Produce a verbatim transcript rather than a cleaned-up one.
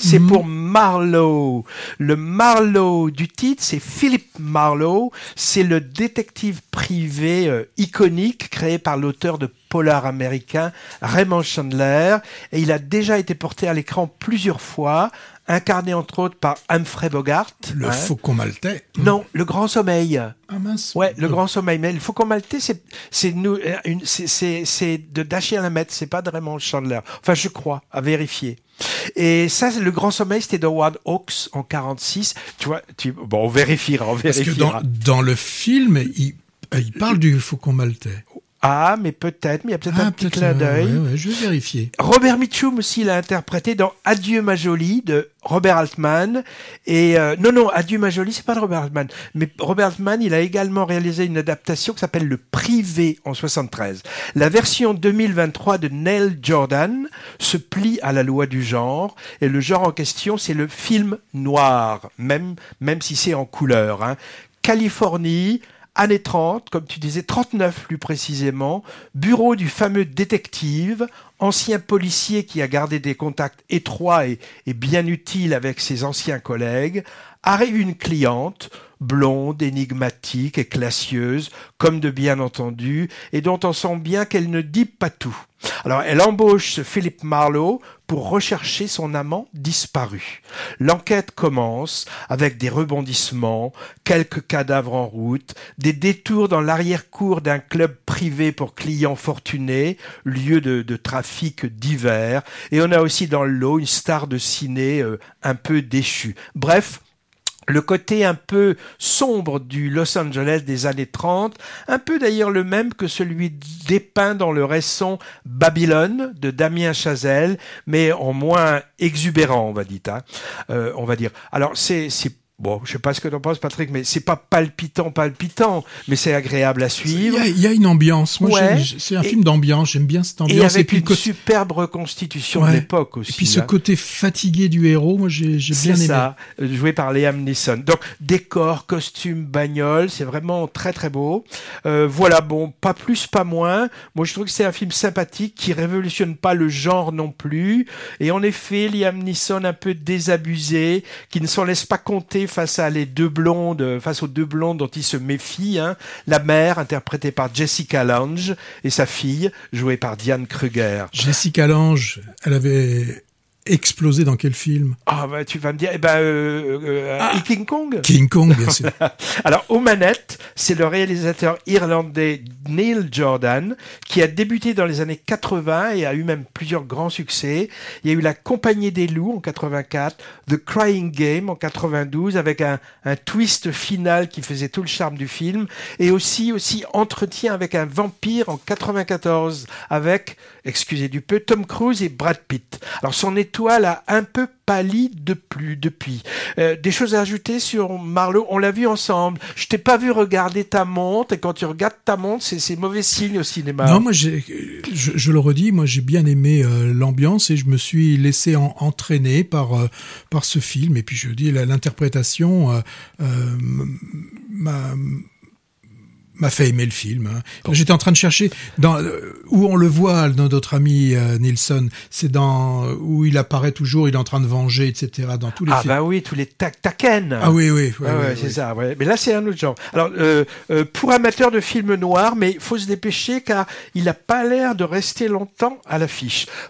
c'est mmh. pour Marlowe. Le Marlowe du titre, c'est Philip Marlowe. C'est le détective privé euh, iconique créé par l'auteur de polar américain Raymond Chandler. Et il a déjà été porté à l'écran plusieurs fois, incarné entre autres par Humphrey Bogart. Le hein. Faucon maltais. Non, Le Grand Sommeil. Ah mince. Ouais, Le Oh. Grand Sommeil. Mais le Faucon maltais, c'est c'est nous une c'est c'est c'est de Dashiell Hammett, c'est pas de Raymond Chandler. Enfin, je crois, à vérifier. Et ça, Le Grand Sommeil, c'était d'Howard Hawks en quarante-six. Tu vois, tu, bon, on vérifiera, on Parce vérifiera. que dans, dans le film, il, il parle du Faucon maltais. Ah, mais peut-être, mais il y a peut-être Ah, un petit peut-être, clin d'œil. euh, ouais, ouais, je vais vérifier. Robert Mitchum aussi l'a interprété dans Adieu ma jolie de Robert Altman. Et euh, non, non, Adieu ma jolie, c'est pas de Robert Altman. Mais Robert Altman, il a également réalisé une adaptation qui s'appelle Le Privé en soixante-treize. La version deux mille vingt-trois de Neil Jordan se plie à la loi du genre. Et le genre en question, c'est le film noir, même, même si c'est en couleur. Hein. Californie, années trente, comme tu disais, trente-neuf plus précisément, bureau du fameux détective, ancien policier qui a gardé des contacts étroits et, et bien utiles avec ses anciens collègues, arrive une cliente, blonde, énigmatique et classieuse, comme de bien entendu, et dont on sent bien qu'elle ne dit pas tout. Alors, elle embauche ce Philip Marlowe pour rechercher son amant disparu. L'enquête commence avec des rebondissements, quelques cadavres en route, des détours dans l'arrière-cour d'un club privé pour clients fortunés, lieu de, de trafic divers, et on a aussi dans le lot une star de ciné euh, un peu déchue. Bref, le côté un peu sombre du Los Angeles des années trente, un peu d'ailleurs le même que celui dépeint dans le récent Babylone de Damien Chazelle, mais en moins exubérant, on va dire. Hein. Euh, on va dire. Alors c'est c'est bon, je sais pas ce que t'en penses, Patrick, mais c'est pas palpitant, palpitant, mais c'est agréable à suivre. Il y a, il y a une ambiance. Moi, Ouais. j'ai- c'est un Et- film d'ambiance. J'aime bien cette ambiance. Et avec puis une le côté- superbe reconstitution Ouais. de l'époque aussi. Et puis ce hein. côté fatigué du héros, moi, j'ai, j'ai bien C'est aimé. ça, euh, joué par Liam Neeson. Donc, décor, costume, bagnole, c'est vraiment très très beau. Euh, voilà, bon, pas plus, pas moins. Moi, je trouve que c'est un film sympathique qui révolutionne pas le genre non plus. Et en effet, Liam Neeson un peu désabusé, qui ne s'en laisse pas compter face à les deux blondes, face aux deux blondes dont il se méfie. Hein. La mère, interprétée par Jessica Lange, et sa fille, jouée par Diane Kruger. Jessica Lange, elle avait explosé dans quel film? Ah bah tu vas me dire, eh ben euh, euh, Ah. et King Kong. King Kong, bien sûr. Alors aux manettes, c'est le réalisateur irlandais Neil Jordan qui a débuté dans les années quatre-vingts et a eu même plusieurs grands succès. Il y a eu La Compagnie des loups en quatre-vingt-quatre, The Crying Game en quatre-vingt-douze avec un, un twist final qui faisait tout le charme du film, et aussi aussi Entretien avec un vampire en quatre-vingt-quatorze avec, excusez du peu, Tom Cruise et Brad Pitt. Alors son étoile a un peu pâli de plus depuis. Euh, des choses à ajouter sur Marlowe, on l'a vu ensemble. Je t'ai pas vu regarder ta montre, et quand tu regardes ta montre, c'est, c'est mauvais signe au cinéma. Non, moi, j'ai, je, je le redis, moi, j'ai bien aimé euh, l'ambiance et je me suis laissé en, entraîner par euh, par ce film. Et puis, je dis, la, l'interprétation euh, euh, m'a m'a fait aimer le film. Hein. Bon. J'étais en train de chercher dans euh, où on le voit, notre ami euh, Nilsson. C'est dans où il apparaît toujours, il est en train de venger, et cetera. Dans tous les ah films. bah oui, tous les tac taken. Ah oui, oui, ouais, Ah ouais, ouais, c'est ouais. ça. Ouais. Mais là, c'est un autre genre. Alors, euh, euh, pour amateurs de films noirs, mais il faut se dépêcher car il n'a pas l'air de rester longtemps à l'affiche.